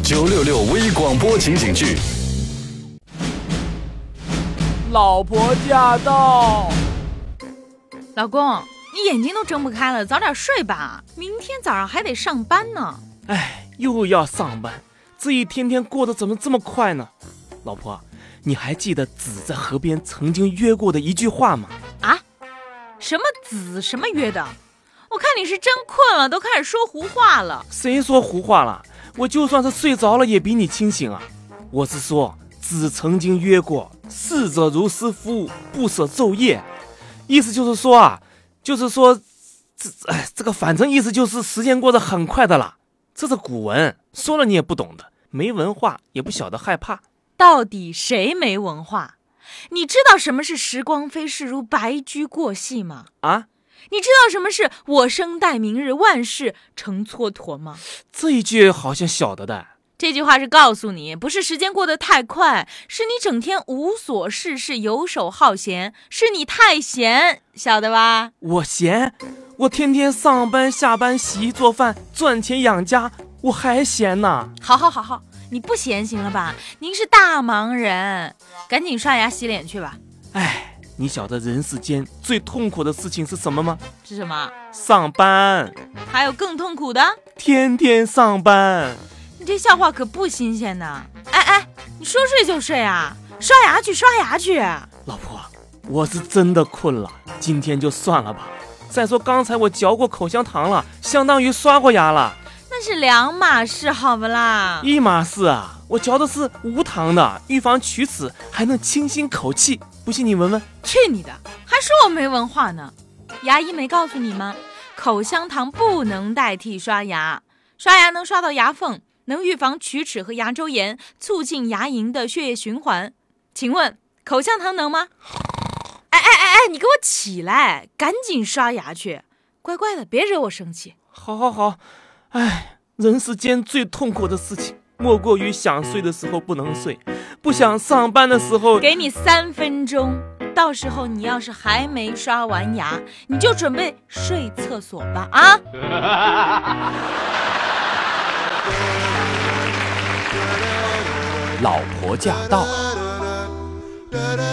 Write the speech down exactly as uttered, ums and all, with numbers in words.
九六六微广播情景剧。 老婆驾到！ 老公，你眼睛都睁不开了，早点睡吧，明天早上还得上班呢。 哎，又要上班，这一天天过得怎么这么快呢？老婆，你还记得子在河边曾经约过的一句话吗？ 啊？什么子什么约的？我看你是真困了，都开始说胡话了。 谁说胡话了？我就算是睡着了也比你清醒啊。我是说子曾经约过逝者如斯夫，不舍昼夜，意思就是说啊就是说这哎这个反正意思就是时间过得很快的啦。这是古文，说了你也不懂的，没文化也不晓得害怕。 到底谁没文化？你知道什么是时光飞逝如白驹过隙吗？ 啊？ 你知道什么是我生待明日，万事成蹉跎吗？ 这一句好像晓得的。 这句话是告诉你，不是时间过得太快，是你整天无所事事，游手好闲，是你太闲，晓得吧？ 我闲？我天天上班下班，洗衣做饭，赚钱养家，我还闲呢。 好好好好，你不闲行了吧？您是大忙人，赶紧刷牙洗脸去吧。 哎，你晓得人世间最痛苦的事情是什么吗？ 是什么？ 上班。 还有更痛苦的？ 天天上班。 你这笑话可不新鲜呢。哎哎，你说睡就睡啊，刷牙去刷牙去。 老婆，我是真的困了，今天就算了吧。再说刚才我嚼过口香糖了，相当于刷过牙了。 那是两码事，好不啦？ 一码事啊，我嚼的是无糖的，预防龋齿，还能清新口气。不信你闻闻。 去你的，还说我没文化呢。牙医没告诉你吗？口香糖不能代替刷牙，刷牙能刷到牙缝，能预防龋齿和牙周炎，促进牙龈的血液循环。请问口香糖能吗？哎哎哎哎，你给我起来，赶紧刷牙去，乖乖的，别惹我生气。 好好好。哎，人世间最痛苦的事情莫过于想睡的时候不能睡，不想上班的时候。 给你三分钟，到时候你要是还没刷完牙，你就准备睡厕所吧啊！ 老婆驾到。